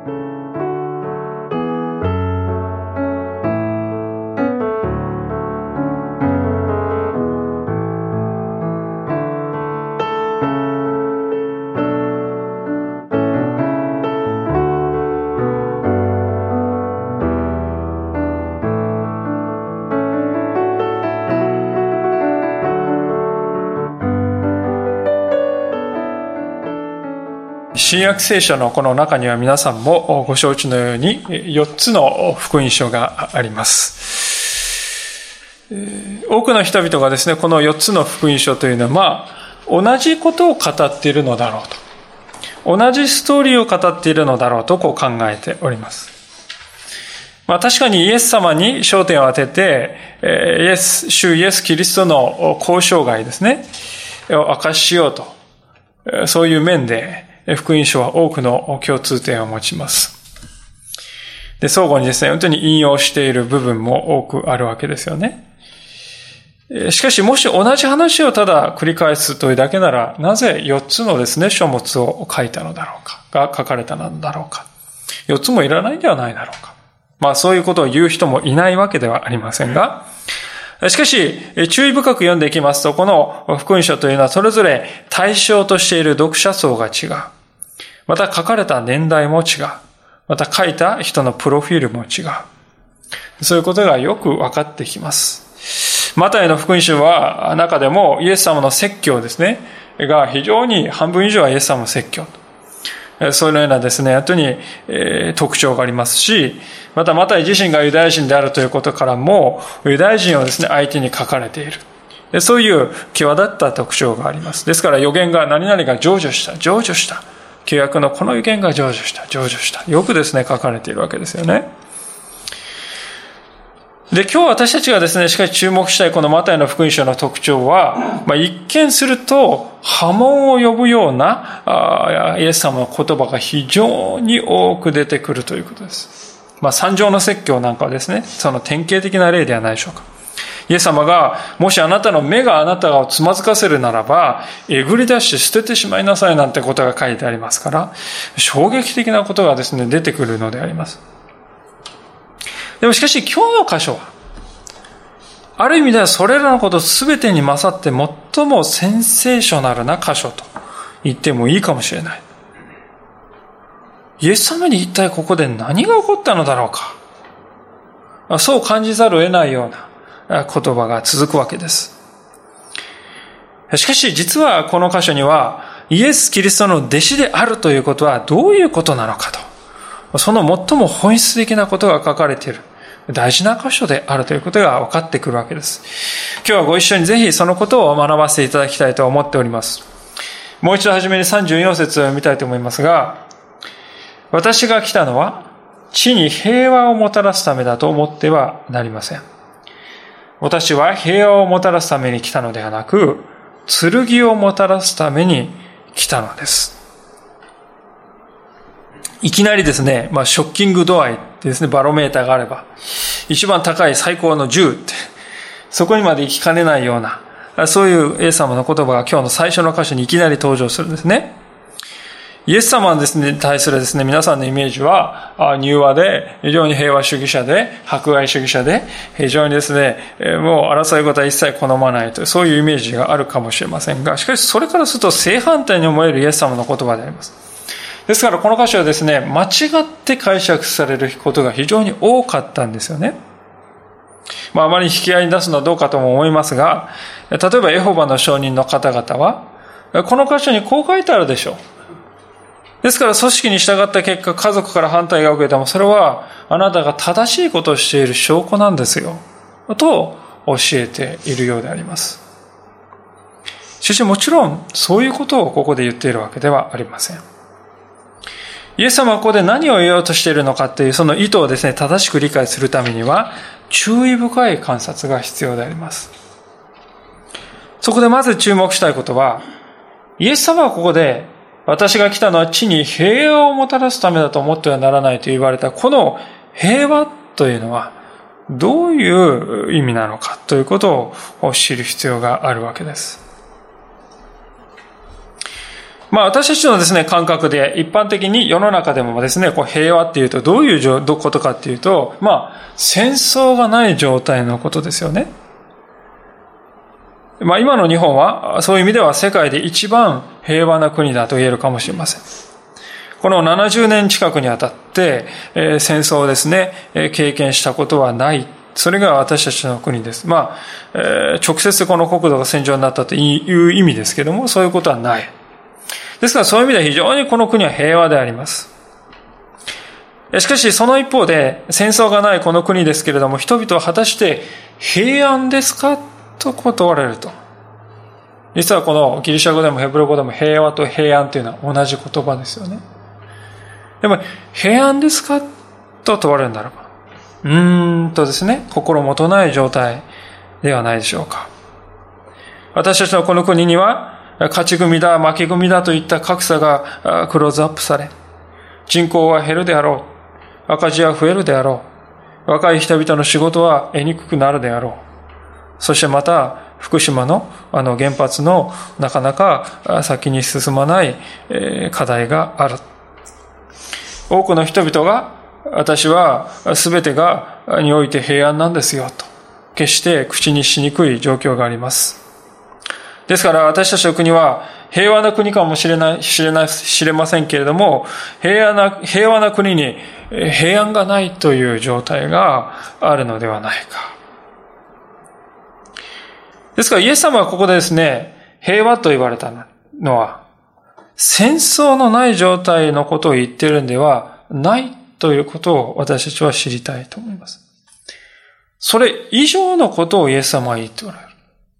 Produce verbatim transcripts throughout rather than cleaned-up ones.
新約聖書のこの中には皆さんもご承知のようによっつの福音書があります。多くの人々がですね、このよっつの福音書というのは、まあ、同じことを語っているのだろうと。同じストーリーを語っているのだろうとこう考えております。まあ確かにイエス様に焦点を当てて、イエス、主イエスキリストの交渉外ですね、を明かししようと。そういう面で、福音書は多くの共通点を持ちます。で、相互にですね、本当に引用している部分も多くあるわけですよね。しかし、もし同じ話をただ繰り返すというだけなら、なぜよっつのですね、書物を書いたのだろうか、が書かれたのだろうか。よっつもいらないんではないだろうか。まあ、そういうことを言う人もいないわけではありませんが、しかし、注意深く読んでいきますと、この福音書というのはそれぞれ対象としている読者層が違う。また書かれた年代も違う。また書いた人のプロフィールも違う。そういうことがよく分かってきます。マタイの福音書は中でもイエス様の説教ですね、が非常に半分以上はイエス様の説教。そういうようなですね、後に、えー、特徴がありますし、またマタイ自身がユダヤ人であるということからも、ユダヤ人をですね、相手に書かれている。そういう際立った特徴があります。ですから予言が何々が成就した、成就した。旧約のこの予言が成就した、成就した。よくですね、書かれているわけですよね。で、今日私たちがですね、しかし注目したいこのマタイの福音書の特徴は、まあ、一見すると波紋を呼ぶようなあイエス様の言葉が非常に多く出てくるということです。まあ、三条の説教なんかはですね、その典型的な例ではないでしょうか。イエス様が、もしあなたの目があなたをつまずかせるならば、えぐり出して捨ててしまいなさいなんてことが書いてありますから、衝撃的なことがですね、出てくるのであります。でもしかし今日の箇所は、ある意味ではそれらのことすべてに勝って最もセンセーショナルな箇所と言ってもいいかもしれない。イエス様に一体ここで何が起こったのだろうか。そう感じざるを得ないような言葉が続くわけです。しかし実はこの箇所にはイエス・キリストの弟子であるということはどういうことなのかと、その最も本質的なことが書かれている大事な箇所であるということが分かってくるわけです。今日はご一緒にぜひそのことを学ばせていただきたいと思っております。もう一度はじめにさんじゅうよん節を見たいと思いますが、私が来たのは地に平和をもたらすためだと思ってはなりません。私は平和をもたらすために来たのではなく、剣をもたらすために来たのです。いきなりですね、まあ、ショッキング度合いってですね、バロメーターがあれば、一番高い最高のじゅうって、そこにまで行きかねないような、そういうイエス様の言葉が今日の最初の箇所にいきなり登場するんですね。イエス様ですね、に対するですね、皆さんのイメージは、柔和で、非常に平和主義者で、博愛主義者で、非常にですね、もう争い事は一切好まないという、そういうイメージがあるかもしれませんが、しかしそれからすると正反対に思えるイエス様の言葉であります。ですからこの箇所はですね、間違って解釈されることが非常に多かったんですよね。まああまり引き合いに出すのはどうかとも思いますが、例えばエホバの証人の方々は、この箇所にこう書いてあるでしょう。ですから組織に従った結果、家族から反対が受けても、それはあなたが正しいことをしている証拠なんですよ、と教えているようであります。しかしもちろん、そういうことをここで言っているわけではありません。イエス様はここで何を言おうとしているのかというその意図をですね、正しく理解するためには、注意深い観察が必要であります。そこでまず注目したいことは、イエス様はここで、私が来たのは地に平和をもたらすためだと思ってはならないと言われた、この平和というのはどういう意味なのかということを知る必要があるわけです。 まあ私たちのですね、感覚で一般的に世の中でもですね、こう平和っていうとどういうことかっていうと、まあ戦争がない状態のことですよね。まあ今の日本はそういう意味では世界で一番平和な国だと言えるかもしれません。このななじゅうねん近くにあたって、えー、戦争をですね、えー、経験したことはない。それが私たちの国です。まあ、えー、直接この国土が戦場になったという意味ですけども、そういうことはない。ですからそういう意味では非常にこの国は平和であります。しかしその一方で戦争がないこの国ですけれども、人々は果たして平安ですかと問われると。実はこのギリシャ語でもヘブル語でも平和と平安というのは同じ言葉ですよね。でも平安ですかと問われるならば、うーんとですね、心もとない状態ではないでしょうか。私たちのこの国には勝ち組だ、負け組だといった格差がクローズアップされ、人口は減るであろう。赤字は増えるであろう。若い人々の仕事は得にくくなるであろう。そしてまた、福島のあの原発のなかなか先に進まない課題がある。多くの人々が、私は全てがにおいて平安なんですよと、決して口にしにくい状況があります。ですから私たちの国は平和な国かもしれない、知れない、知れませんけれども、平和な、平和な国に平安がないという状態があるのではないか。ですからイエス様はここでですね、平和と言われたのは、戦争のない状態のことを言っているんではないということを私たちは知りたいと思います。それ以上のことをイエス様は言っておられる。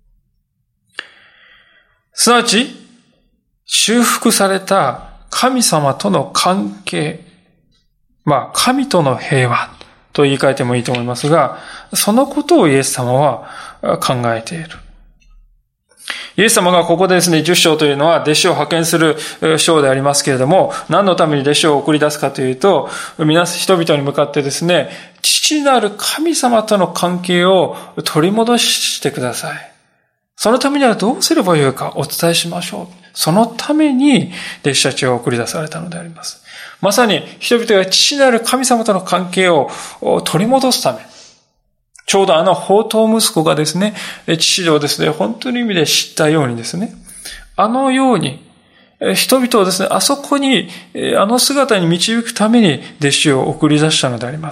すなわち、修復された神様との関係、まあ、神との平和と言い換えてもいいと思いますが、そのことをイエス様は考えている。イエス様がここでですね、十章というのは弟子を派遣する章でありますけれども、何のために弟子を送り出すかというと、皆人々に向かってですね、父なる神様との関係を取り戻してください。そのためにはどうすればよいかお伝えしましょう。そのために弟子たちを送り出されたのであります。まさに人々が父なる神様との関係を取り戻すため、ちょうどあの放蕩息子がですね、父をですね、本当の意味で知ったようにですね、あのように、人々をですね、あそこに、あの姿に導くために弟子を送り出したのであります。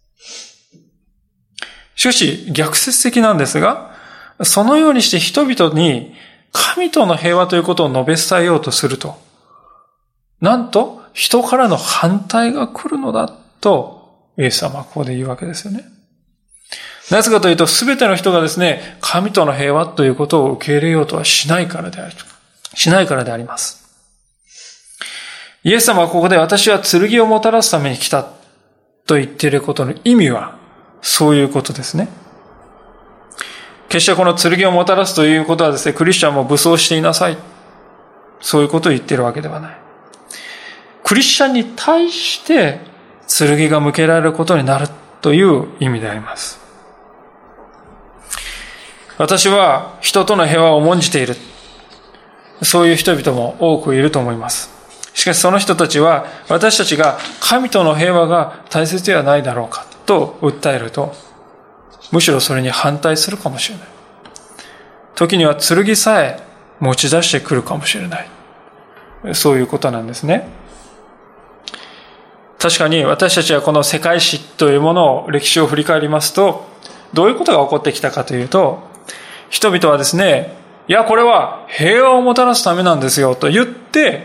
しかし、逆説的なんですが、そのようにして人々に神との平和ということを述べ伝えようとすると、なんと人からの反対が来るのだと、イエス様はここで言うわけですよね。なぜかというと、すべての人がですね、神との平和ということを受け入れようとはしないからである。しないからであります。イエス様はここで私は剣をもたらすために来たと言っていることの意味は、そういうことですね。決してこの剣をもたらすということはですね、クリスチャンも武装していなさい。そういうことを言っているわけではない。クリスチャンに対して剣が向けられることになるという意味であります。私は人との平和を重んじている。そういう人々も多くいると思います。しかしその人たちは私たちが神との平和が大切ではないだろうかと訴えると、むしろそれに反対するかもしれない。時には剣さえ持ち出してくるかもしれない。そういうことなんですね。確かに私たちはこの世界史というものを、歴史を振り返りますと、どういうことが起こってきたかというと、人々はですね、いやこれは平和をもたらすためなんですよと言って、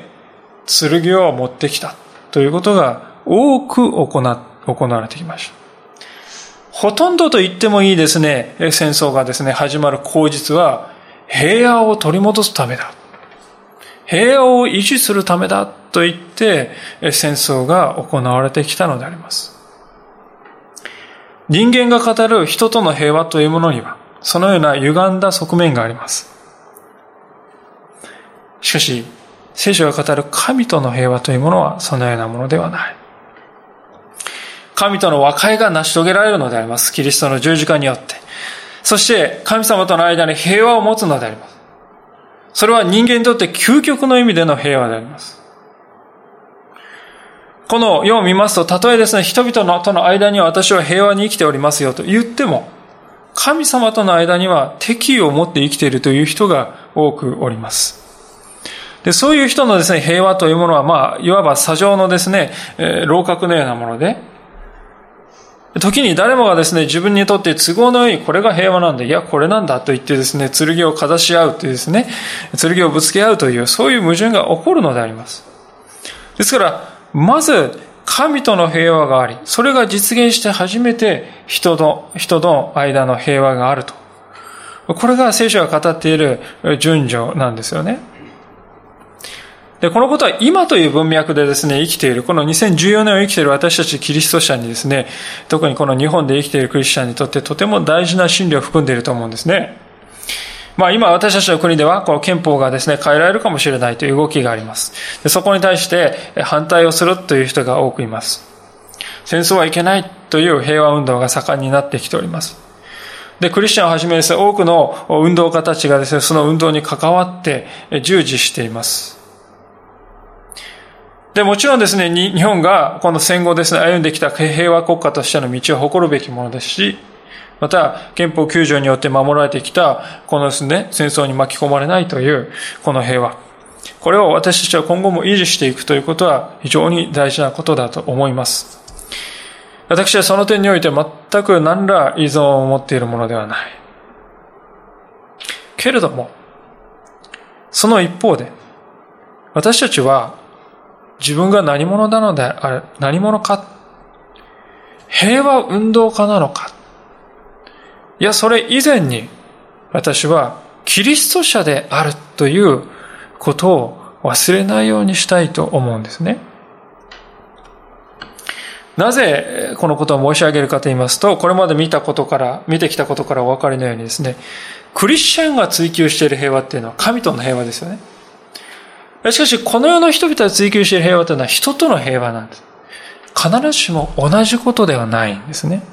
剣を持ってきたということが多く行われてきました。ほとんどと言ってもいいですね、戦争がですね、始まる口実は、平和を取り戻すためだ。平和を維持するためだと言って、戦争が行われてきたのであります。人間が語る人との平和というものには、そのような歪んだ側面があります。しかし、聖書が語る神との平和というものは、そのようなものではない。神との和解が成し遂げられるのであります。キリストの十字架によって。そして神様との間に平和を持つのであります。 それは人間にとって究極の意味での平和であります。この世を見ますと、たとえですね、人々のとの間には私は平和に生きておりますよと言っても、神様との間には敵意を持って生きているという人が多くおります。で、そういう人のですね、平和というものは、まあ、いわば砂上のですね、えー、楼閣のようなもので、時に誰もがですね、自分にとって都合のいい、これが平和なんだ、いや、これなんだと言ってですね、剣をかざし合うというですね、剣をぶつけ合うという、そういう矛盾が起こるのであります。ですから、まず、神との平和があり、それが実現して初めて人と人の間の平和があると。これが聖書が語っている順序なんですよね。で、このことは今という文脈でですね、生きている、このにせんじゅうよねんを生きている私たちキリスト者にですね、特にこの日本で生きているクリスチャンにとってとても大事な真理を含んでいると思うんですね。まあ今私たちの国ではこの憲法がですね、変えられるかもしれないという動きがあります。で、そこに対して反対をするという人が多くいます。戦争はいけないという平和運動が盛んになってきております。で、クリスチャンをはじめですね、多くの運動家たちがですね、その運動に関わって従事しています。で、もちろんですね、日本がこの戦後ですね、歩んできた平和国家としての道を誇るべきものですし、また、憲法きゅうじょうによって守られてきた、このですね、戦争に巻き込まれないという、この平和。これを私たちは今後も維持していくということは非常に大事なことだと思います。私はその点において全く何ら依存を持っているものではない。けれども、その一方で、私たちは、自分が何者なのである、何者か、平和運動家なのか、いや、それ以前に私はキリスト者であるということを忘れないようにしたいと思うんですね。なぜこのことを申し上げるかと言いますと、これまで見たことから、見てきたことからお分かりのようにですね、クリスチャンが追求している平和っていうのは神との平和ですよね。しかし、この世の人々が追求している平和というのは人との平和なんです。必ずしも同じことではないんですね。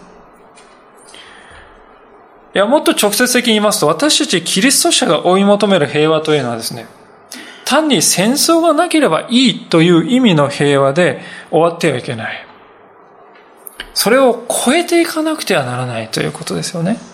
いや、もっと直接的に言いますと、私たちキリスト者が追い求める平和というのはですね、単に戦争がなければいいという意味の平和で終わってはいけない。それを超えていかなくてはならないということですよね。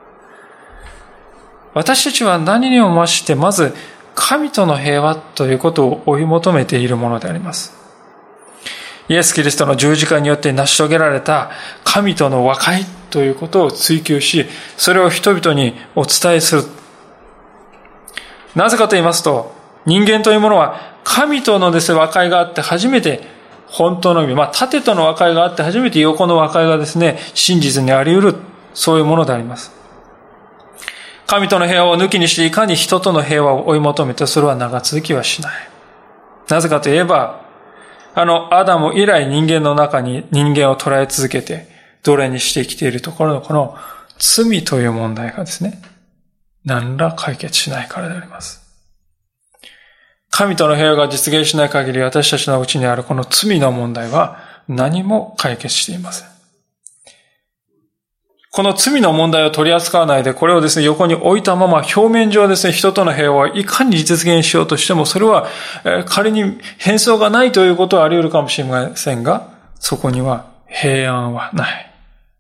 私たちは何にも増して、まず、神との平和ということを追い求めているものであります。イエス・キリストの十字架によって成し遂げられた神との和解ということを追求し、それを人々にお伝えする。なぜかと言いますと、人間というものは神とのですね、和解があって初めて本当の意味、まあ縦との和解があって初めて横の和解がですね、真実にあり得る、そういうものであります。神との平和を抜きにしていかに人との平和を追い求めてそれは長続きはしない。なぜかといえば、あのアダム以来人間の中に人間を捉え続けて奴隷にして生きているところのこの罪という問題がですね、何ら解決しないからであります。神との平和が実現しない限り私たちのうちにあるこの罪の問題は何も解決していません。この罪の問題を取り扱わないで、これをですね、横に置いたまま、表面上ですね、人との平和をいかに実現しようとしても、それは、仮に変装がないということはあり得るかもしれませんが、そこには平安はない。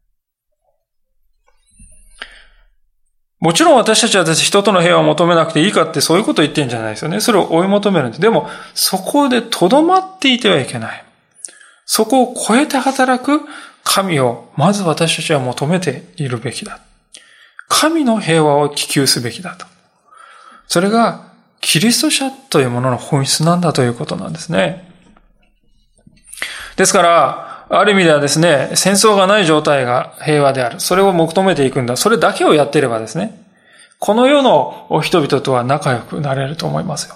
もちろん私たちはですね、人との平和を求めなくていいかってそういうことを言ってるんじゃないですよね。それを追い求めるんです。でも、そこで留まっていてはいけない。そこを超えて働く神をまず私たちは求めているべきだ。神の平和を希求すべきだと。それがキリスト者というものの本質なんだということなんですね。ですから、ある意味ではですね、戦争がない状態が平和である。それを求めていくんだ。それだけをやっていればですね、この世の人々とは仲良くなれると思いますよ。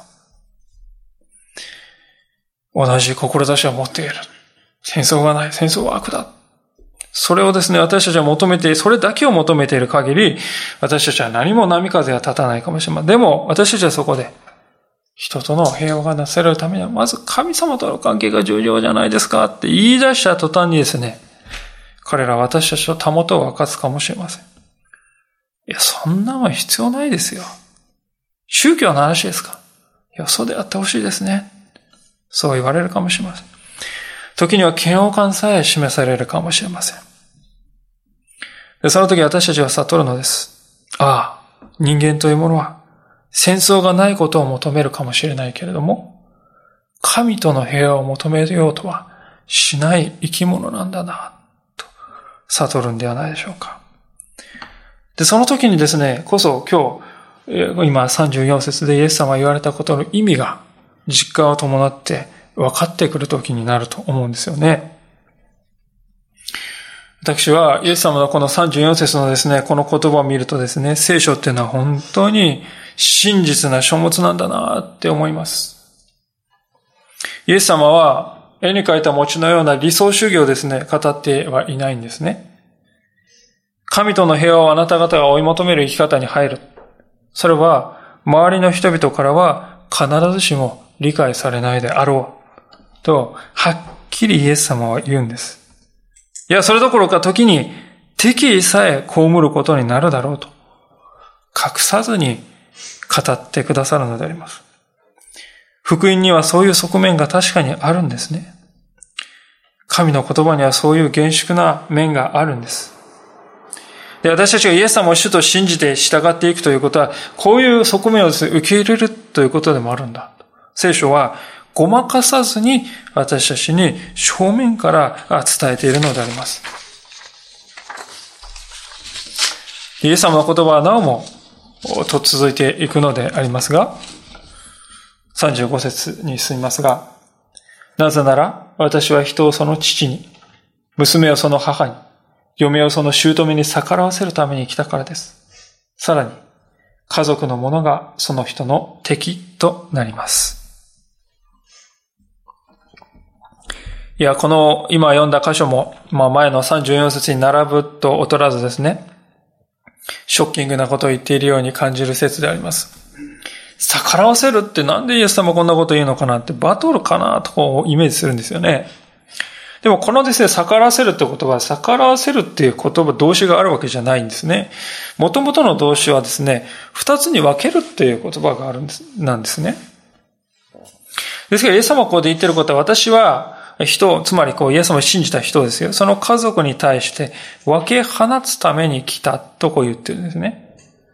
同じ志を持っている。戦争がない。戦争は悪だ。それをですね、私たちは求めて、それだけを求めている限り、私たちは何も波風は立たないかもしれません。でも、私たちはそこで、人との平和がなされるためには、まず神様との関係が重要じゃないですかって言い出した途端にですね、彼らは私たちとたもとを分かつかもしれません。いや、そんなのは必要ないですよ。 宗教の話ですか？いや、そうであってほしいですね。そう言われるかもしれません。時には嫌悪感さえ示されるかもしれません。で、その時私たちは悟るのです。ああ、人間というものは戦争がないことを求めるかもしれないけれども、神との平和を求めようとはしない生き物なんだな、と悟るんではないでしょうか。で、その時にですね、こそ今日、今さんじゅうよん節でイエス様が言われたことの意味が実感を伴って分かってくる時になると思うんですよね。私はイエス様のこのさんじゅうよん節のですね、この言葉を見るとですね、聖書っていうのは本当に真実な書物なんだなって思います。イエス様は絵に描いた餅のような理想主義をですね、語ってはいないんですね。神との平和をあなた方が追い求める生き方に入る。それは周りの人々からは必ずしも理解されないであろうとはっきりイエス様は言うんです。いや、それどころか時に敵意さえ被ることになるだろうと隠さずに語ってくださるのであります。福音にはそういう側面が確かにあるんですね。神の言葉にはそういう厳粛な面があるんです。で、私たちがイエス様を主と信じて従っていくということは、こういう側面をですね、受け入れるということでもあるんだ。聖書はごまかさずに私たちに正面から伝えているのであります。イエス様の言葉はなおもと続いていくのでありますが、さんじゅうご節に進みますが、なぜなら私は人をその父に、娘をその母に、嫁をその姑に逆らわせるために来たからです。さらに、家族の者がその人の敵となります。いや、この今読んだ箇所も、まあ前のさんじゅうよん節に並ぶと劣らずですね、ショッキングなことを言っているように感じる説であります。逆らわせるってなんでイエス様こんなこと言うのかなって、バトルかなとこうイメージするんですよね。でもこのですね、逆らわせるって言葉は、逆らわせるっていう言葉、動詞があるわけじゃないんですね。元々の動詞はですね、二つに分けるっていう言葉があるんです、なんですね。ですからイエス様がここで言ってることは、私は人、つまりこうイエス様を信じた人ですよ。その家族に対して分け放つために来たとこう言ってるんですね。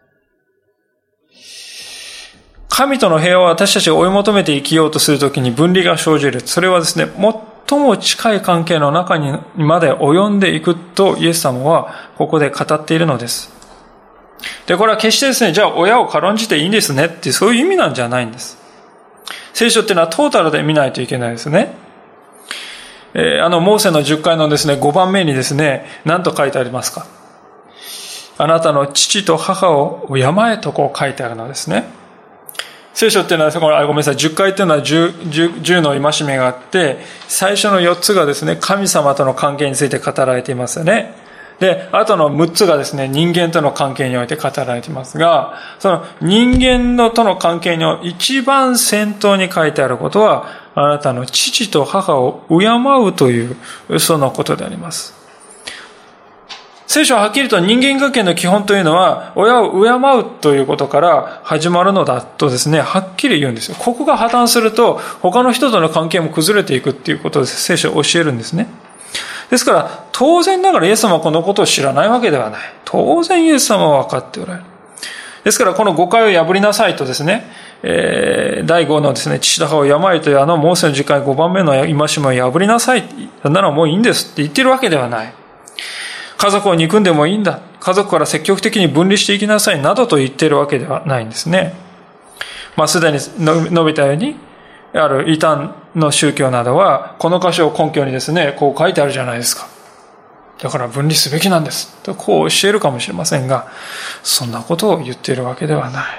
神との平和を私たちが追い求めて生きようとするときに分離が生じる。それはですね、最も近い関係の中にまで及んでいくとイエス様はここで語っているのです。で、これは決してですね、じゃあ親を軽んじていいんですねってそういう意味なんじゃないんです。聖書っていうのはトータルで見ないといけないですね。えー、あの、モーセのじゅっかいのですね、ごばんめにですね、何と書いてありますか？あなたの父と母を敬えとこう書いてあるのですね。聖書っていうのは、これごめんなさい、じゅっかいっていうのは 10, 10, 10の戒めがあって、最初のよっつがですね、神様との関係について語られていますよね。で、あとのむっつがですね、人間との関係において語られていますが、その人間のとの関係の一番先頭に書いてあることは、あなたの父と母を敬うという、そのことであります。聖書ははっきりと人間関係の基本というのは、親を敬うということから始まるのだとですね、はっきり言うんですよ。ここが破綻すると、他の人との関係も崩れていくっていうことで聖書は教えるんですね。ですから、当然ながらイエス様はこのことを知らないわけではない。当然イエス様は分かっておられる。ですから、この誤解を破りなさいとですね、えー、だいごのですね、父と母を敬いというあのモーセのじゅっかいごばんめの戒めを破りなさい。そんなのもういいんですって言ってるわけではない。家族を憎んでもいいんだ。家族から積極的に分離していきなさいなどと言っているわけではないんですね。まあ、すでに述べたように、ある異端の宗教などは、この箇所を根拠にですね、こう書いてあるじゃないですか。だから分離すべきなんです。とこう教えるかもしれませんが、そんなことを言っているわけではない。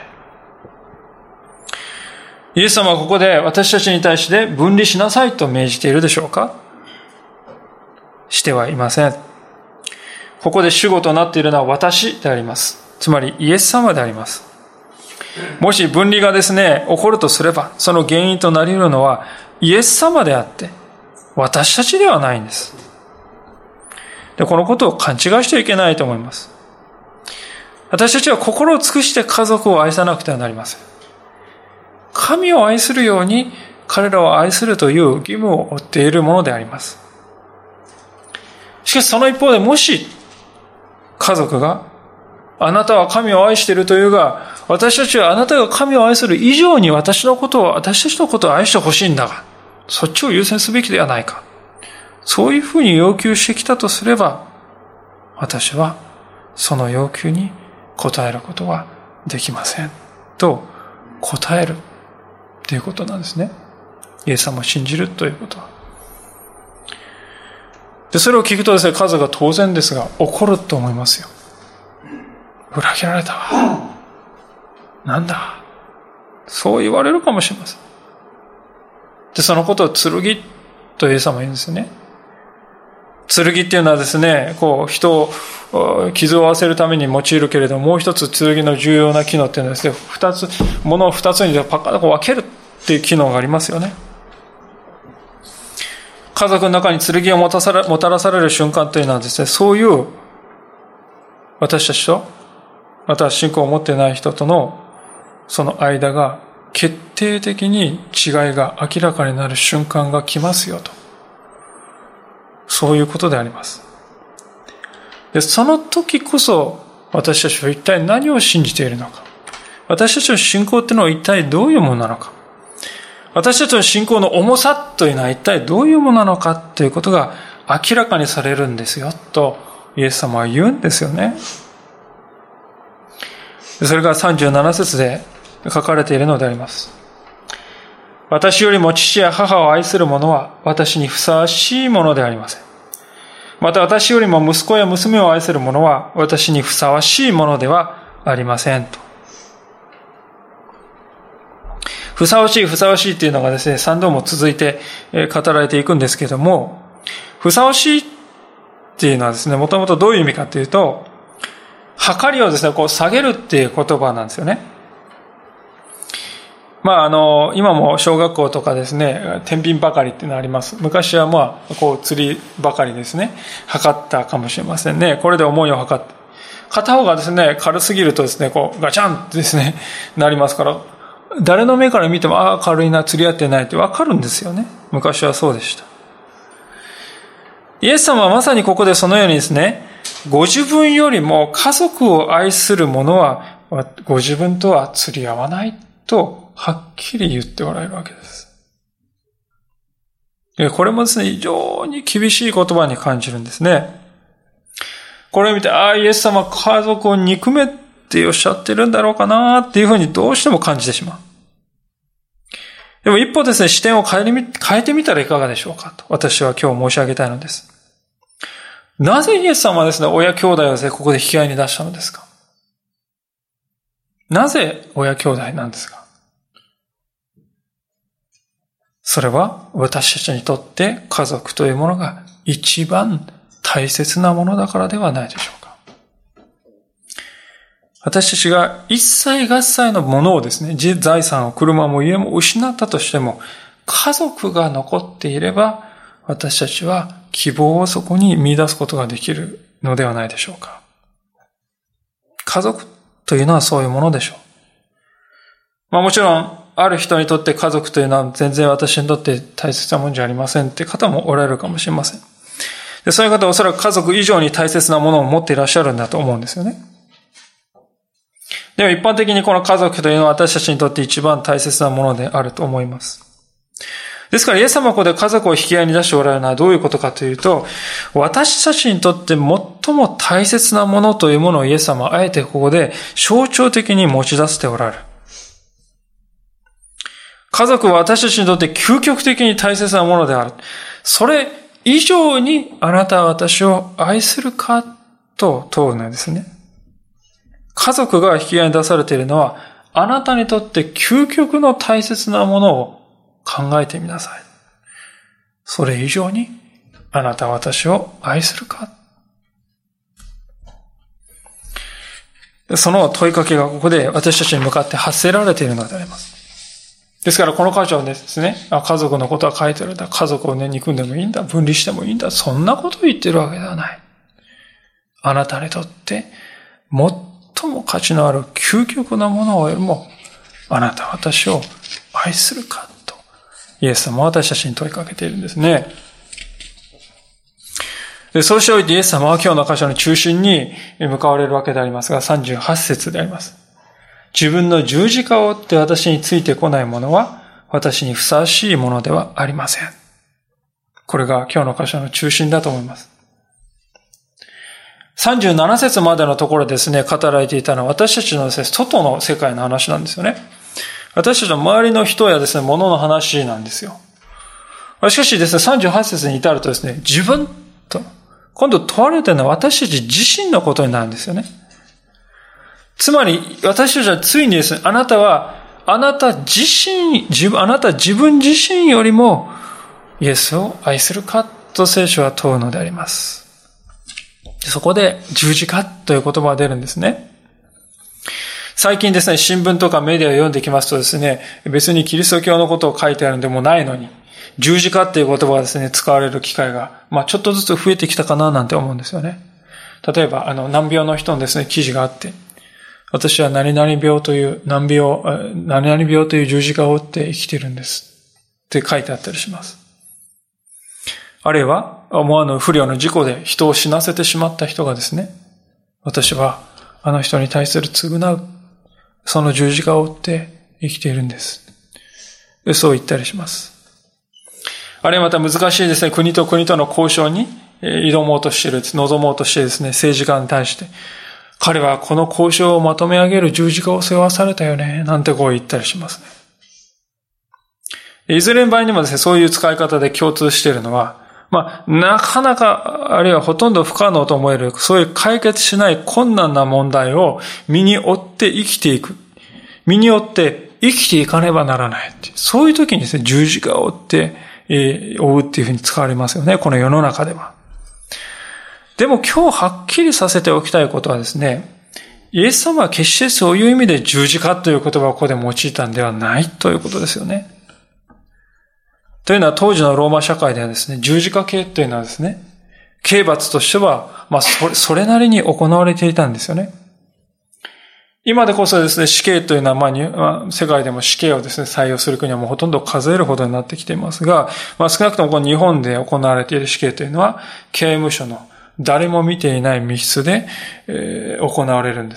イエス様はここで私たちに対して分離しなさいと命じているでしょうか？してはいません。ここで主語となっているのは私であります。つまりイエス様であります。もし分離がですね、起こるとすれば、その原因となり得るのはイエス様であって、私たちではないんです。で、このことを勘違いしてはいけないと思います。私たちは心を尽くして家族を愛さなくてはなりません。 神を愛するように彼らを愛するという義務を負っているものであります。しかしその一方で、もし家族があなたは神を愛しているというが、私たちはあなたが神を愛する以上に私のことを、私たちのことを愛してほしいんだが、そっちを優先すべきではないか。そういうふうに要求してきたとすれば、私はその要求に応えることはできません。と答えるということなんですね。イエス様を信じるということは。で、それを聞くとですね、家族が当然ですが怒ると思いますよ。裏切られたわ。なんだ。そう言われるかもしれません。で、そのことを剣とイエス様は言うんですよね。剣っていうのはですね、こう、人を傷を負わせるために用いるけれども、もう一つ剣の重要な機能っていうのはですね、二つ、物を二つにパカッと分けるっていう機能がありますよね。家族の中に剣をもたされ、もたらされる瞬間というのはですね、そういう私たちと、また信仰を持っていない人とのその間が決定的に違いが明らかになる瞬間が来ますよと。そういうことであります。で、その時こそ私たちは一体何を信じているのか。私たちの信仰っていうのは一体どういうものなのか。私たちの信仰の重さというのは一体どういうものなのかということが明らかにされるんですよとイエス様は言うんですよね。それがさんじゅうなな節で書かれているのであります。私よりも父や母を愛する者は私にふさわしいものではありません。また私よりも息子や娘を愛する者は私にふさわしいものではありませんと。ふさわしい、ふさわしいというのがですね、三度も続いて語られていくんですけれども、ふさわしいっていうのはですね、もともとどういう意味かというと、測りをですね、こう下げるっていう言葉なんですよね。まああの、今も小学校とかですね、天秤ばかりっていうのがあります。昔はまあ、こう釣りばかりですね、測ったかもしれませんね。これで重いを測って。片方がですね、軽すぎるとですね、こうガチャンってですね、なりますから、誰の目から見ても、ああ、軽いな、釣り合ってないってわかるんですよね。昔はそうでした。イエス様はまさにここでそのようにですね、ご自分よりも家族を愛する者はご自分とは釣り合わないとはっきり言っておられるわけです。これもですね、非常に厳しい言葉に感じるんですね。これを見て、ああ、イエス様は家族を憎めっておっしゃってるんだろうかなっていうふうにどうしても感じてしまう。でも一歩ですね、視点を変えてみ、変えてみたらいかがでしょうかと私は今日申し上げたいのです。なぜイエス様はですね、親兄弟をですね、ここで引き合いに出したのですか？なぜ親兄弟なんですか？それは私たちにとって家族というものが一番大切なものだからではないでしょうか。私たちが一切合切のものをですね、財産を車も家も失ったとしても、家族が残っていれば、私たちは希望をそこに見出すことができるのではないでしょうか。家族というのはそういうものでしょう。まあもちろん、ある人にとって家族というのは全然私にとって大切なものじゃありませんって方もおられるかもしれません。で、そういう方はおそらく家族以上に大切なものを持っていらっしゃるんだと思うんですよね。でも一般的にこの家族というのは私たちにとって一番大切なものであると思います。ですからイエス様はここで家族を引き合いに出しておられるのはどういうことかというと、私たちにとって最も大切なものというものをイエス様はあえてここで象徴的に持ち出しておられる。家族は私たちにとって究極的に大切なものである。それ以上にあなたは私を愛するかと問うのですね。家族が引き合いに出されているのは、あなたにとって究極の大切なものを考えてみなさい。それ以上にあなたは私を愛するか。その問いかけがここで私たちに向かって発せられているのであります。ですからこの箇所はですね、家族のことは書いてあるんだ。家族をね、憎んでもいいんだ。分離してもいいんだ。そんなことを言ってるわけではない。あなたにとって最も価値のある究極なものよりも、あなたは私を愛するかと、イエス様は私たちに問いかけているんですね。で、そうしておいてイエス様は今日の箇所の中心に向かわれるわけでありますが、さんじゅうはち節であります。自分の十字架を追って私についてこない者は、私にふさわしいものではありません。これが今日の箇所の中心だと思います。さんじゅうなな節までのところですね、語られていたのは私たちのですね、外の世界の話なんですよね。私たちの周りの人やですね、物の話なんですよ。しかしですね、さんじゅうはち節に至るとですね、自分と、今度問われているのは私たち自身のことになるんですよね。つまり、私たちはついにですね、あなたは、あなた自身、自分、あなた自分自身よりも、イエスを愛するかと聖書は問うのであります。そこで、十字架という言葉が出るんですね。最近ですね、新聞とかメディアを読んできますとですね、別にキリスト教のことを書いてあるんでもないのに、十字架っていう言葉がですね、使われる機会が、まあちょっとずつ増えてきたかななんて思うんですよね。例えば、あの、難病の人のですね、記事があって、私は何々病という、難病、何々病という十字架を追って生きているんです。って書いてあったりします。あるいは、思わぬ不慮の事故で人を死なせてしまった人がですね、私はあの人に対する償う、その十字架を追って生きているんです。そう言ったりします。あるいはまた難しいですね、国と国との交渉に挑もうとしている、望もうとしてですね、政治家に対して、彼はこの交渉をまとめ上げる十字架を背負わされたよね、なんてこう言ったりしますね。いずれの場合にもですね、そういう使い方で共通しているのは、まあ、なかなか、あるいはほとんど不可能と思える、そういう解決しない困難な問題を身に負って生きていく。身に負って生きていかねばならない。そういう時にですね、十字架を追って、えー、追うっていうふうに使われますよね、この世の中では。でも今日はっきりさせておきたいことはですね、イエス様は決してそういう意味で十字架という言葉をここで用いたんではないということですよね。というのは当時のローマ社会ではですね、十字架刑というのはですね、刑罰としては、まあそれ、それなりに行われていたんですよね。今でこそですね、死刑というのは、まあ、まあ、世界でも死刑をですね、採用する国はもうほとんど数えるほどになってきていますが、まあ少なくともこの日本で行われている死刑というのは、刑務所の誰も見ていない密室で、えー、行われるんです。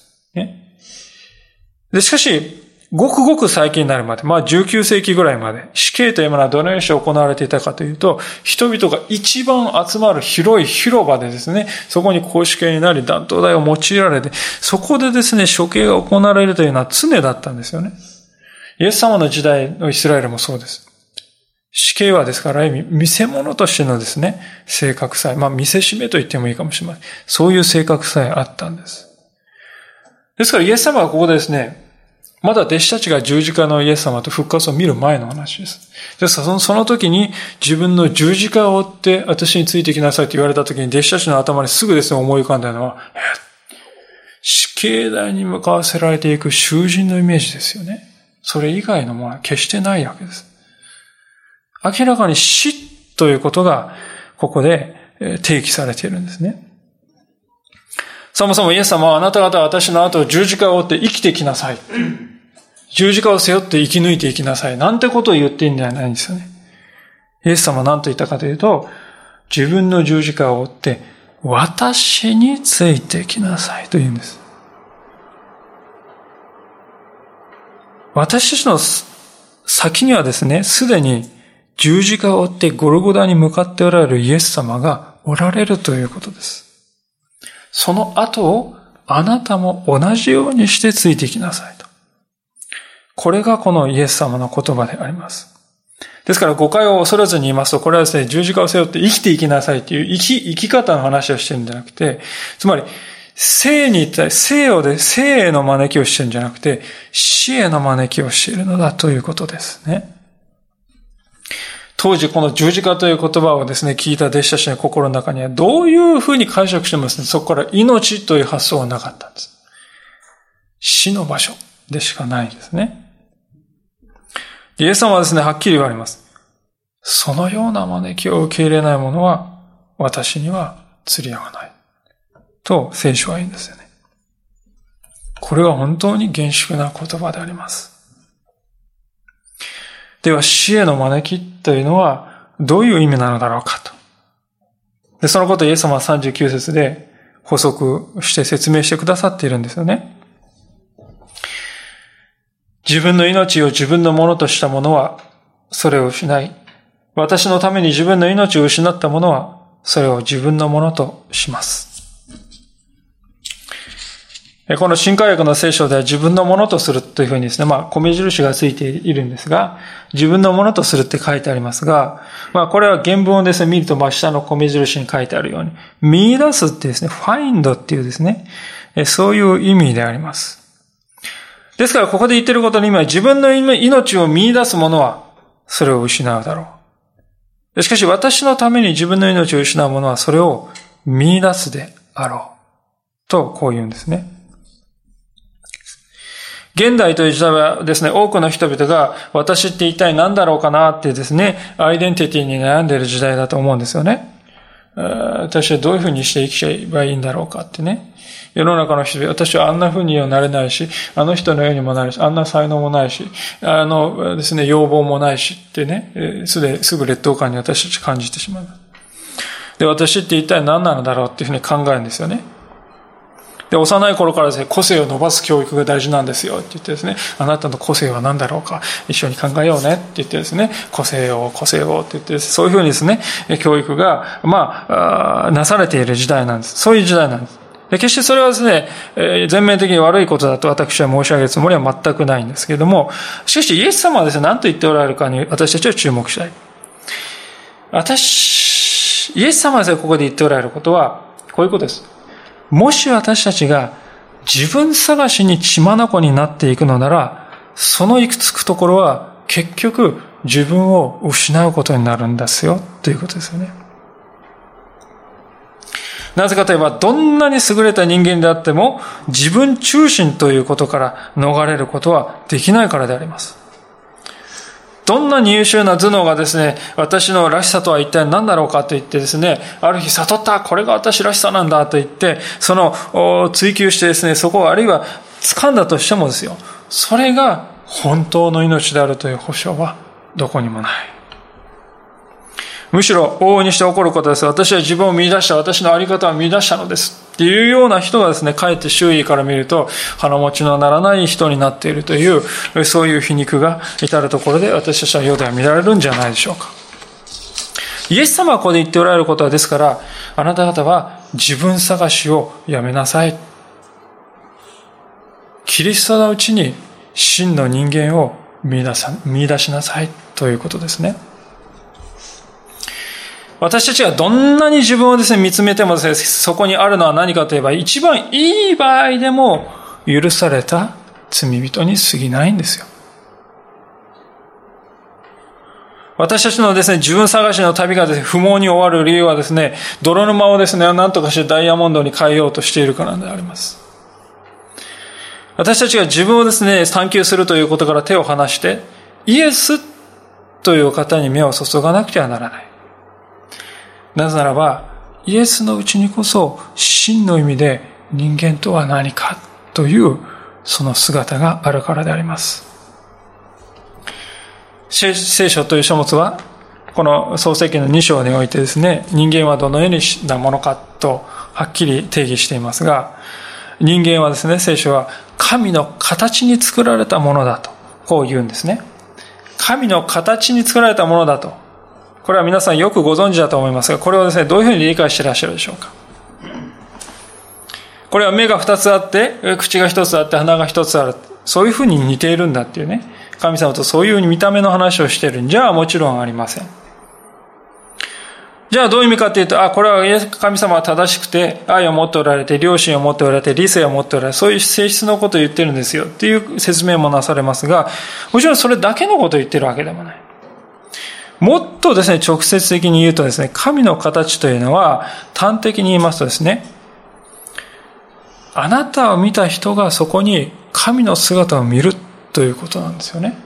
ね。で、しかし、ごくごく最近になるまで、まあじゅうきゅう世紀ぐらいまで、死刑というものはどのようにして行われていたかというと、人々が一番集まる広い広場でですね、そこに公主刑になり、断頭台を用いられて、そこでですね、処刑が行われるというのは常だったんですよね。イエス様の時代のイスラエルもそうです。死刑はですから、見せ物としてのですね、性格さえ、まあ見せしめと言ってもいいかもしれません。そういう性格さえあったんです。ですからイエス様はここでですね、まだ弟子たちが十字架のイエス様と復活を見る前の話です。ですから、その時に自分の十字架を追って私についてきなさいと言われた時に弟子たちの頭にすぐですね、思い浮かんだのは、死刑台に向かわせられていく囚人のイメージですよね。それ以外のものは決してないわけです。明らかに死ということがここで提起されているんですね。そもそもイエス様はあなた方は私の後を十字架を追って生きてきなさい。十字架を背負って生き抜いていきなさい。なんてことを言っているんではないんですよね。イエス様は何と言ったかというと、自分の十字架を追って私についてきなさいと言うんです。私たちの先にはですね、すでに十字架を追ってゴルゴダに向かっておられるイエス様がおられるということです。その後をあなたも同じようにしてついてきなさいと。これがこのイエス様の言葉であります。ですから誤解を恐れずに言いますと、これはですね、十字架を背負って生きていきなさいという生き、生き方の話をしてるんじゃなくて、つまり、生に対、生をで、生への招きをしてるんじゃなくて、死への招きをしているのだということですね。当時この十字架という言葉をですね、聞いた弟子たちの心の中にはどういうふうに解釈してもですね、そこから命という発想はなかったんです。死の場所でしかないんですね。イエス様はですね、はっきり言われます。そのような招きを受け入れない者は私には釣り合わない。と聖書は言うんですよね。これは本当に厳粛な言葉であります。 では死への招きというのはどういう意味なのだろうかと。で、そのことをイエス様はさんじゅうきゅう節で補足して説明してくださっているんですよね。自分の命を自分のものとした者はそれを失い、私のために自分の命を失った者はそれを自分のものとします。この新海訳の聖書では自分のものとするというふうにですね、まあ、米印がついているんですが、自分のものとするって書いてありますが、まあ、これは原文をですね、見ると、まあ、下の米印に書いてあるように、見出すってですね、find っていうですね、そういう意味であります。ですから、ここで言っていることの意味は、自分の命を見出す者は、それを失うだろう。しかし、私のために自分の命を失う者は、それを見出すであろう。と、こう言うんですね。現代という時代はですね、多くの人々が私って一体何だろうかなってですね、アイデンティティに悩んでいる時代だと思うんですよね。私はどういうふうにして生きちゃえばいいんだろうかってね。世の中の人々、私はあんなふうにはなれないし、あの人のようにもなるし、あんな才能もないし、あのですね、要望もないしってね、すで、すぐ劣等感に私たち感じてしまう。で、私って一体何なのだろうっていうふうに考えるんですよね。で、幼い頃からですね、個性を伸ばす教育が大事なんですよって言ってですね、あなたの個性は何だろうか、一緒に考えようねって言ってですね、個性を、個性をって言ってですね、そういうふうにですね、教育が、まあ、なされている時代なんです。そういう時代なんです。で、決してそれはですね、全面的に悪いことだと私は申し上げるつもりは全くないんですけれども、しかしイエス様はですね、何と言っておられるかに私たちは注目したい。私、イエス様はですね、ここで言っておられることは、こういうことです。もし私たちが自分探しに血眼になっていくのなら、その行くつくところは結局自分を失うことになるんですよ、ということですよね。なぜかといえば、どんなに優れた人間であっても、自分中心ということから逃れることはできないからであります。どんなに優秀な頭脳がですね、私のらしさとは一体何だろうかと言ってですね、ある日悟った、これが私らしさなんだと言って、その追求してですね、そこをあるいは掴んだとしてもですよ、それが本当の命であるという保証はどこにもない。むしろ往々にして起こることです。私は自分を見出した、私の在り方を見出したのですっていうような人がですね、かえって周囲から見ると腹持ちのならない人になっているという、そういう皮肉が至るところで私たちは世では見られるんじゃないでしょうか。イエス様はここで言っておられることは、ですから、あなた方は自分探しをやめなさい。キリストのうちに真の人間を見出さ、見出しなさいということですね。私たちがどんなに自分をですね、見つめてもですね、そこにあるのは何かといえば、一番いい場合でも許された罪人に過ぎないんですよ。私たちのですね、自分探しの旅がですね、不毛に終わる理由はですね、泥沼をですね、何とかしてダイヤモンドに変えようとしているからであります。私たちが自分をですね、探求するということから手を離して、イエスという方に目を注がなくてはならない。なぜならば、イエスのうちにこそ真の意味で人間とは何かというその姿があるからであります。聖書という書物は、この創世記のに章においてですね、人間はどのようなものかとはっきり定義していますが、人間はですね、聖書は神の形に作られたものだと、こう言うんですね。神の形に作られたものだと。これは皆さんよくご存知だと思いますが、これをですね、どういうふうに理解していらっしゃるでしょうか。これは目が二つあって、口が一つあって、鼻が一つある。そういうふうに似ているんだっていうね。神様とそういう見た目の話をしているんじゃもちろんありません。じゃあどういう意味かというと、あ、これは神様は正しくて、愛を持っておられて、良心を持っておられて、理性を持っておられて、そういう性質のことを言ってるんですよっていう説明もなされますが、もちろんそれだけのことを言ってるわけでもない。もっとですね、直接的に言うとですね、神の形というのは、端的に言いますとですね、あなたを見た人がそこに神の姿を見るということなんですよね。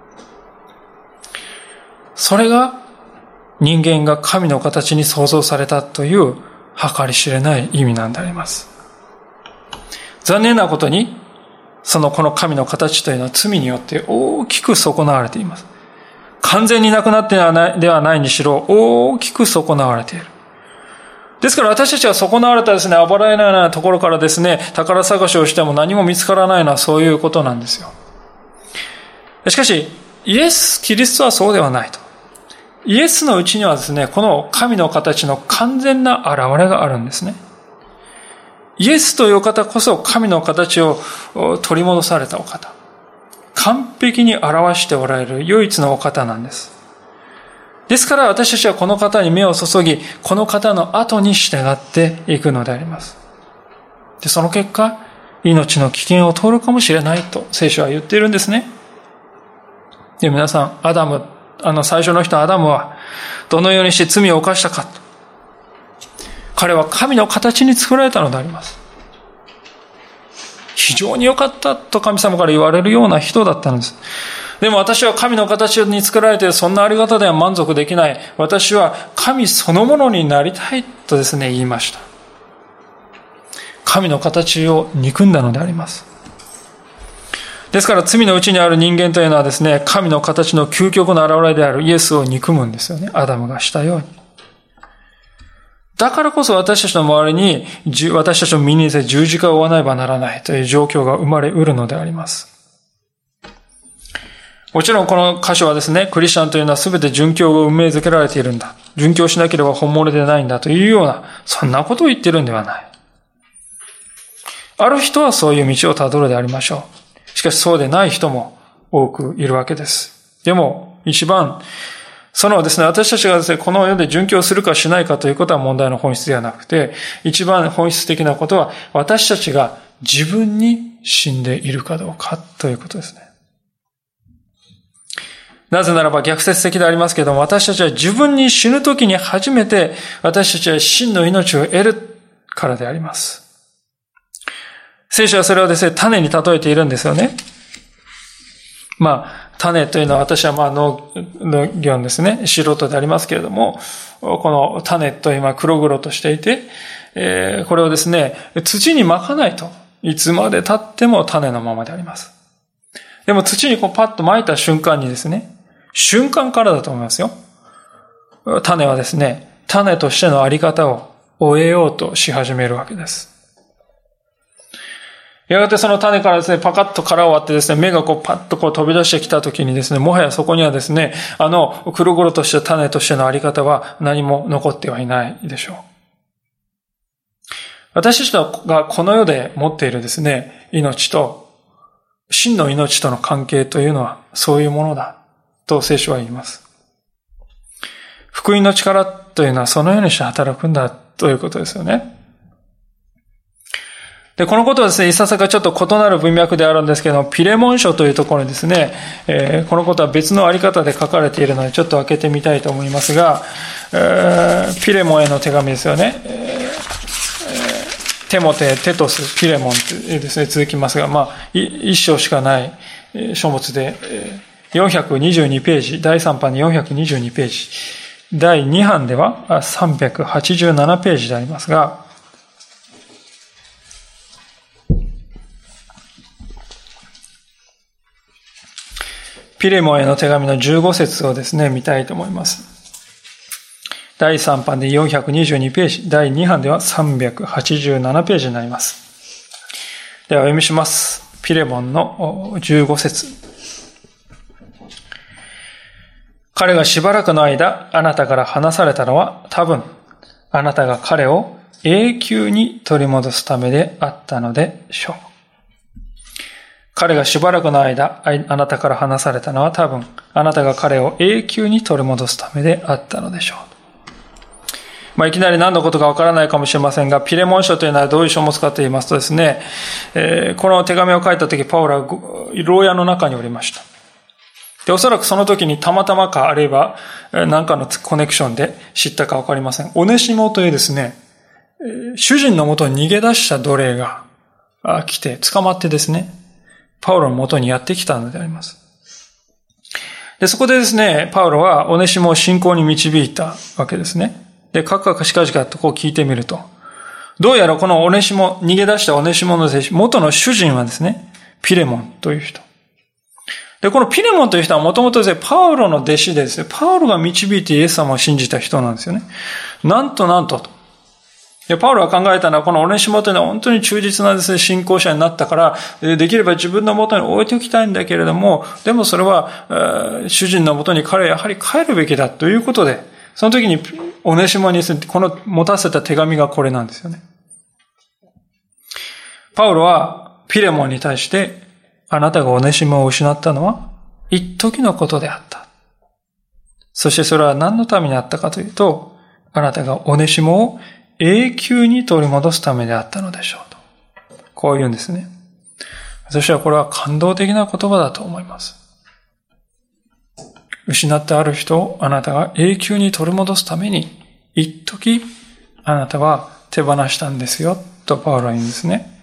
それが人間が神の形に創造されたという計り知れない意味なんであります。残念なことに、そのこの神の形というのは罪によって大きく損なわれています。 完全になくなってではないにしろ、大きく損なわれている。ですから私たちは損なわれたですね、あばられないようなところからですね、宝探しをしても何も見つからないのはそういうことなんですよ。しかし、イエス・キリストはそうではないと。イエスのうちにはですね、この神の形の完全な現れがあるんですね。イエスという方こそ神の形を取り戻されたお方。完璧に表しておられる唯一のお方なんです。ですから私たちはこの方に目を注ぎ、この方の後に従っていくのであります。で、その結果、命の危険を通るかもしれないと聖書は言っているんですね。で、皆さん、アダム、あの最初の人アダムはどのようにして罪を犯したか。彼は神の形に作られたのであります。非常に良かったと神様から言われるような人だったんです。でも私は神の形に作られてそんなあり方では満足できない。私は神そのものになりたいとですね、言いました。神の形を憎んだのであります。ですから罪のうちにある人間というのはですね、神の形の究極の現れであるイエスを憎むんですよね。アダムがしたように。だからこそ私たちの周りに、私たちの身に十字架を負わねばならないという状況が生まれうるのであります。もちろんこの箇所はですね、クリスチャンというのは全て殉教が運命づけられているんだ。殉教しなければ本物でないんだというような、そんなことを言っているんではない。ある人はそういう道をたどるでありましょう。しかしそうでない人も多くいるわけです。でも一番、そのですね、私たちがですね、この世で殉教するかしないかということは問題の本質ではなくて、一番本質的なことは私たちが自分に死んでいるかどうかということですね。なぜならば逆説的でありますけれども、私たちは自分に死ぬときに初めて私たちは真の命を得るからであります。聖書はそれをですね、種に例えているんですよね。まあ、種というのは私はまあ農業ですね、素人でありますけれども、この種というのは黒々としていて、えー、これをですね、土に撒かないといつまで経っても種のままであります。でも土にこうパッと撒いた瞬間にですね、瞬間からだと思いますよ。種はですね、種としてのあり方を終えようとし始めるわけです。やがてその種からですね、パカッと殻を割ってですね、芽がこうパッとこう飛び出してきたときにですね、もはやそこにはですね、あの黒々とした種としてのあり方は何も残ってはいないでしょう。私たちがこの世で持っているですね、命と、真の命との関係というのはそういうものだと聖書は言います。福音の力というのはそのようにして働くんだということですよね。で、このことはですね、いささかちょっと異なる文脈であるんですけども、ピレモン書というところにですね、えー、このことは別のあり方で書かれているので、ちょっと開けてみたいと思いますが、えー、ピレモンへの手紙ですよね。えー、テモテ、テトス、ピレモンとですね、続きますが、まあ、一章しかない書物で、よんひゃくにじゅうにページ、だいさん版によんひゃくにじゅうにページ、だいに版ではさんびゃくはちじゅうななページでありますが、ピレモンへの手紙のじゅうご節をですね、見たいと思います。だいさん版でよんひゃくにじゅうにページ、だいに版ではさんびゃくはちじゅうななページになります。ではお読みします。ピレモンのじゅうご節。彼がしばらくの間、あなたから離されたのは、多分、あなたが彼を永久に取り戻すためであったのでしょう。彼がしばらくの間、あなたから離されたのは多分、あなたが彼を永久に取り戻すためであったのでしょう。まあ、いきなり何のことかわからないかもしれませんが、ピレモン書というのはどういう書物かと言いますとですね、えー、この手紙を書いたとき、パウロは牢屋の中におりました。で、おそらくその時にたまたまか、あるいは何かのコネクションで知ったかわかりません。オネシモというですね、主人のもとに逃げ出した奴隷が来て、捕まってですね、パウロのもとにやってきたのであります。で、そこでですね、パウロはオネシモを信仰に導いたわけですね。で、かくかくしかじかとこう聞いてみると、どうやらこのオネシモ、逃げ出したオネシモの元の主人はですね、ピレモンという人。 で、このピレモンという人はもともとですね、パウロの弟子でですね、パウロが導いてイエス様を信じた人なんですよね。なんとなんとと。で、パウロは考えたのは、このオネシモというのは本当に忠実なですね、信仰者になったから、できれば自分の元に置いておきたいんだけれども、でもそれは、主人の元に彼はやはり帰るべきだということで、その時にオネシモにですね、この持たせた手紙がこれなんですよね。パウロはピレモンに対して、あなたがオネシモを失ったのは一時のことであった。そしてそれは何のためにあったかというと、あなたがオネシモを永久に取り戻すためであったのでしょうと。こう言うんですね。私はこれは感動的な言葉だと思います。失ってある人をあなたが永久に取り戻すために、一時あなたは手放したんですよ、とパウロは言うんですね。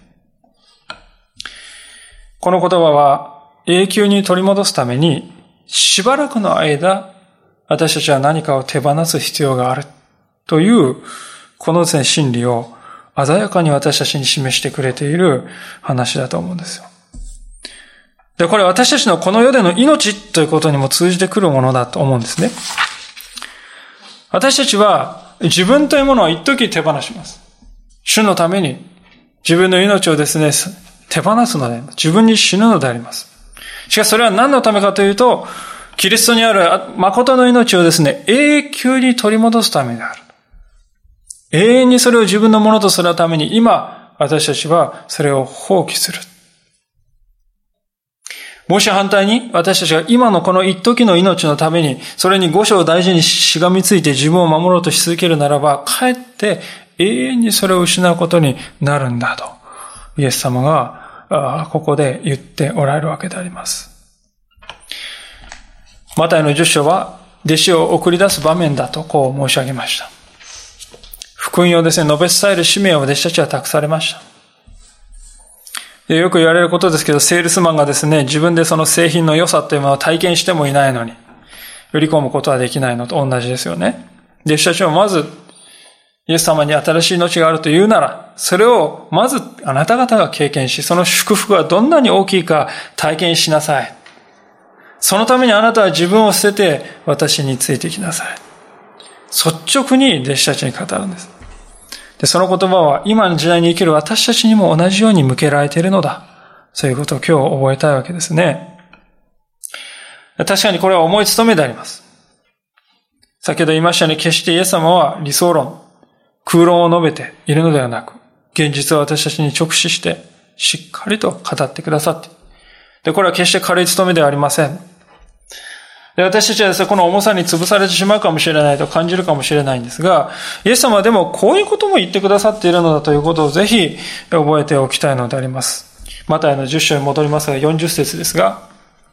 この言葉は永久に取り戻すために、しばらくの間、私たちは何かを手放す必要があるという、このですね、真理を鮮やかに私たちに示してくれている話だと思うんですよ。で、これ私たちのこの世での命ということにも通じてくるものだと思うんですね。私たちは自分というものを一時手放します。主のために自分の命をですね、手放すのであります。自分に死ぬのであります。しかしそれは何のためかというと、キリストにある誠の命をですね、永久に取り戻すためである。永遠にそれを自分のものとするために、今、私たちはそれを放棄する。もし反対に、私たちが今のこの一時の命のために、それに五章を大事にしがみついて自分を守ろうとし続けるならば、かえって永遠にそれを失うことになるんだと、イエス様がここで言っておられるわけであります。マタイのじゅっ章は、弟子を送り出す場面だとこう申し上げました。福音をですね、述べ伝える使命を弟子たちは託されました。でよく言われることですけど、セールスマンがですね、自分でその製品の良さというものを体験してもいないのに、売り込むことはできないのと同じですよね。弟子たちはまず、イエス様に新しい命があるというなら、それをまずあなた方が経験し、その祝福がどんなに大きいか体験しなさい。そのためにあなたは自分を捨てて私についてきなさい。率直に弟子たちに語るんです。で、その言葉は今の時代に生きる私たちにも同じように向けられているのだ。そういうことを今日覚えたいわけですね。確かにこれは重い務めであります。先ほど言いましたように、決してイエス様は理想論、空論を述べているのではなく、現実を私たちに直視して、しっかりと語ってくださって。で、これは決して軽い務めではありません。で、私たちはですね、この重さに潰されてしまうかもしれないと感じるかもしれないんですが、イエス様はでもこういうことも言ってくださっているのだということをぜひ覚えておきたいのであります。マタイのじゅっ章に戻りますが、よんじゅっ節ですが、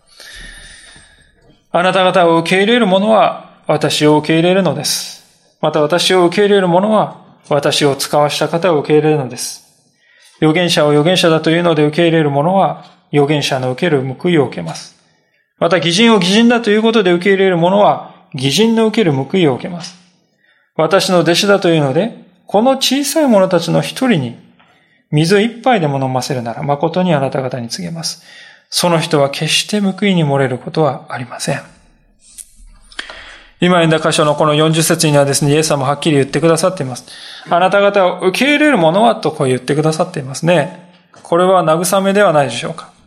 あなた方を受け入れる者は私を受け入れるのです。また私を受け入れる者は私を使わした方を受け入れるのです。預言者を預言者だというので受け入れる者は預言者の受ける報いを受けます。また、義人を義人だということで受け入れる者は、義人の受ける報いを受けます。私の弟子だというので、この小さい者たちの一人に、水一杯でも飲ませるなら、誠にあなた方に告げます。その人は決して報いに漏れることはありません。今読んだ箇所のこのよんじゅっ節にはですね、イエス様ははっきり言ってくださっています。あなた方を受け入れる者は、とこう言ってくださっていますね。これは慰めではないでしょうか。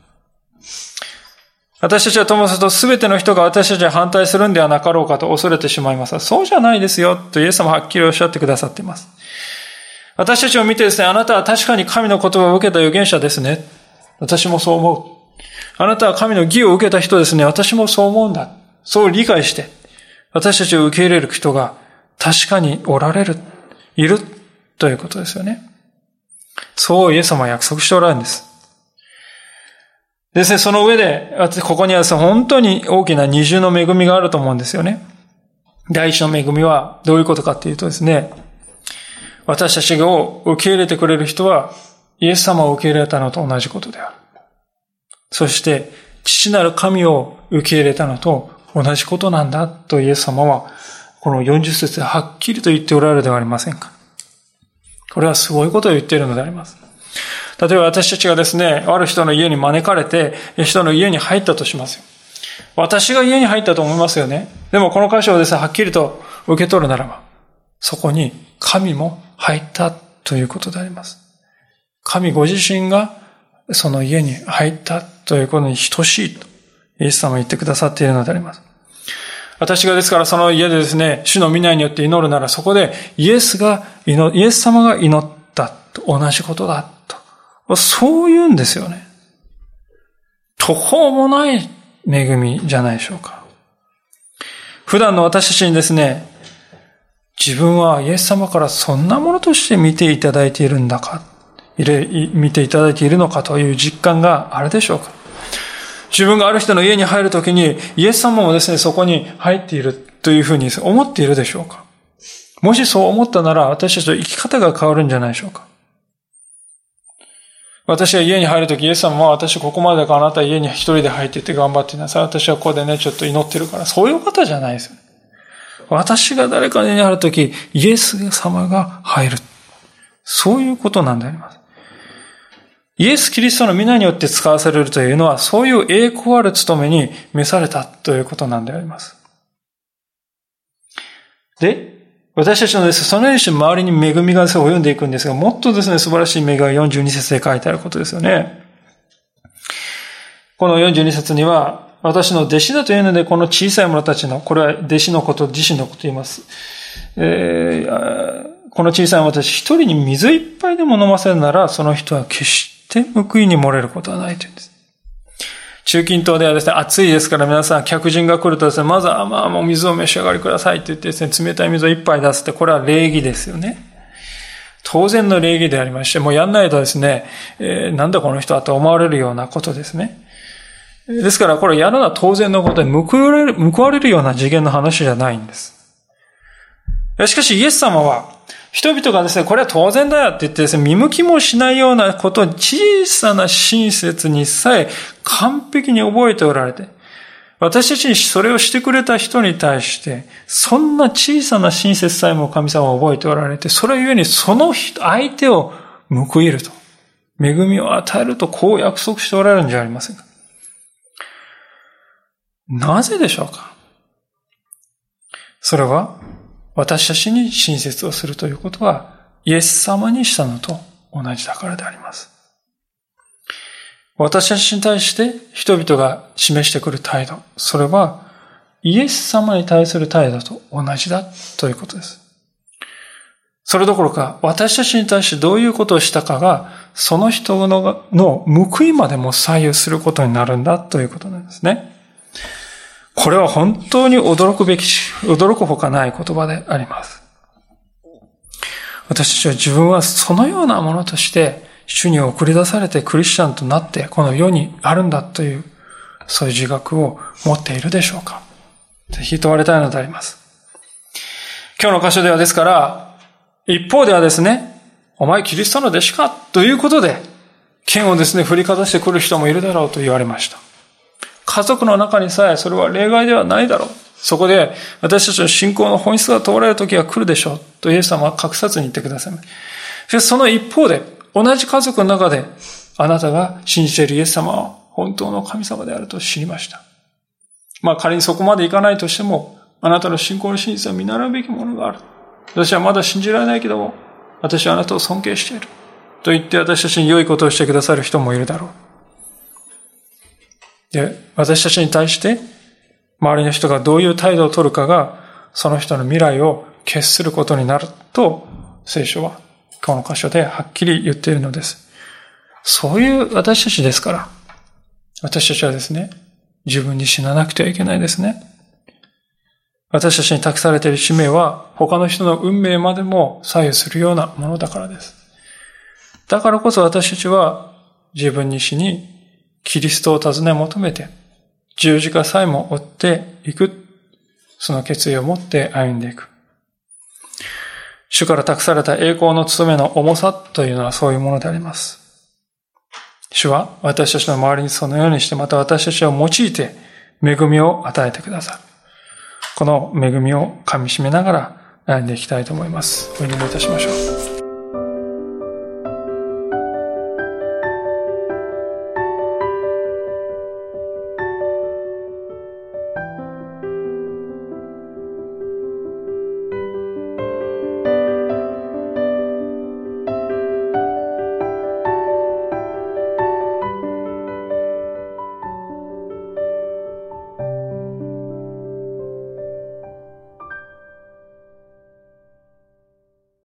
私たちはともすると全ての人が私たちに反対するんではなかろうかと恐れてしまいますが、そうじゃないですよとイエス様ははっきりおっしゃってくださっています。私たちを見てですね、あなたは確かに神の言葉を受けた預言者ですね。私もそう思う。あなたは神の義を受けた人ですね。私もそう思うんだ。そう理解して、私たちを受け入れる人が確かにおられる、いるということですよね。そうイエス様は約束しておられるんです。ですね、その上で、ここにはですね、本当に大きな二重の恵みがあると思うんですよね。第一の恵みはどういうことかっていうとですね、私たちを受け入れてくれる人は、イエス様を受け入れたのと同じことである。そして、父なる神を受け入れたのと同じことなんだとイエス様は、このよんじゅっ節ではっきりと言っておられるではありませんか。これはすごいことを言っているのであります。例えば私たちがですね、ある人の家に招かれて、人の家に入ったとしますよ。 私が家に入ったと思いますよね。でもこの箇所をですね、はっきりと受け取るならば、そこに神も入ったということであります。神ご自身がその家に入ったということに等しいと、イエス様は言ってくださっているのであります。私がですからその家でですね、主の御名によって祈るなら、そこでイエスが祈、イエス様が祈ったと同じことだと。そう言うんですよね。途方もない恵みじゃないでしょうか。普段の私たちにですね、自分はイエス様からそんなものとして見ていただいているんだか、見ていただいているのかという実感があるでしょうか。自分がある人の家に入るときに、イエス様もですね、そこに入っているというふうに思っているでしょうか。もしそう思ったなら、私たちの生き方が変わるんじゃないでしょうか。私が家に入るとき、イエス様は私ここまでか、あなた家に一人で入っていって頑張っていなさい。私はここでね、ちょっと祈ってるから。そういう方じゃないですよ。私が誰かに入るとき、イエス様が入る。そういうことなんであります。イエス・キリストの皆によって使わされるというのは、そういう栄光ある務めに召されたということなんであります。で、私たちのですね、そのようにして周りに恵みがですね、及んでいくんですが、もっとですね、素晴らしい恵みがよんじゅうに節で書いてあることですよね。このよんじゅうに節には、私の弟子だというので、この小さい者たちの、これは弟子のこと、自身のことを言います。えー、この小さい者たち一人に水一杯でも飲ませるなら、その人は決して報いに漏れることはないというんです。中近東ではですね、暑いですから皆さん、客人が来るとですね、まずはまあもう水を召し上がりくださいって言ってですね、冷たい水を一杯出すって、これは礼儀ですよね。当然の礼儀でありまして、もうやんないとですね、えー、なんだこの人はと思われるようなことですね。ですからこれやるのは当然のことで報われる、報われるような次元の話じゃないんです。しかしイエス様は、人々がですね、これは当然だよって言ってですね、見向きもしないようなことを小さな親切にさえ完璧に覚えておられて、私たちにそれをしてくれた人に対して、そんな小さな親切さえも神様は覚えておられて、それゆえにその人、相手を報いると、恵みを与えると、こう約束しておられるんじゃありませんか。なぜでしょうか。それは、私たちに親切をするということは、イエス様にしたのと同じだからであります。私たちに対して人々が示してくる態度、それはイエス様に対する態度と同じだということです。それどころか、私たちに対してどういうことをしたかが、その人の、の報いまでも左右することになるんだということなんですね。これは本当に驚くべき、驚くほかない言葉であります。私たちは自分はそのようなものとして、主に送り出されてクリスチャンとなって、この世にあるんだという、そういう自覚を持っているでしょうか。ぜひ問われたいのであります。今日の箇所ではですから、一方ではですね、お前キリストの弟子かということで、剣をですね、振りかざしてくる人もいるだろうと言われました。家族の中にさえそれは例外ではないだろう。そこで私たちの信仰の本質が問われる時が来るでしょう。とイエス様は隠さずに言ってください。しかしその一方で、同じ家族の中であなたが信じているイエス様は本当の神様であると知りました。まあ仮にそこまでいかないとしても、あなたの信仰の真実は見習うべきものがある。私はまだ信じられないけども、私はあなたを尊敬している。と言って私たちに良いことをしてくださる人もいるだろう。で、私たちに対して周りの人がどういう態度を取るかがその人の未来を決することになると聖書はこの箇所ではっきり言っているのです。そういう私たちですから、私たちはですね、自分に死ななくてはいけないですね。私たちに託されている使命は他の人の運命までも左右するようなものだからです。だからこそ私たちは自分に死にキリストを訪ね求めて十字架さえも追っていく、その決意を持って歩んでいく。主から託された栄光の務めの重さというのはそういうものであります。主は私たちの周りにそのようにして、また私たちを用いて恵みを与えてくださる。この恵みを噛み締めながら歩んでいきたいと思います。お祈りいたしましょう。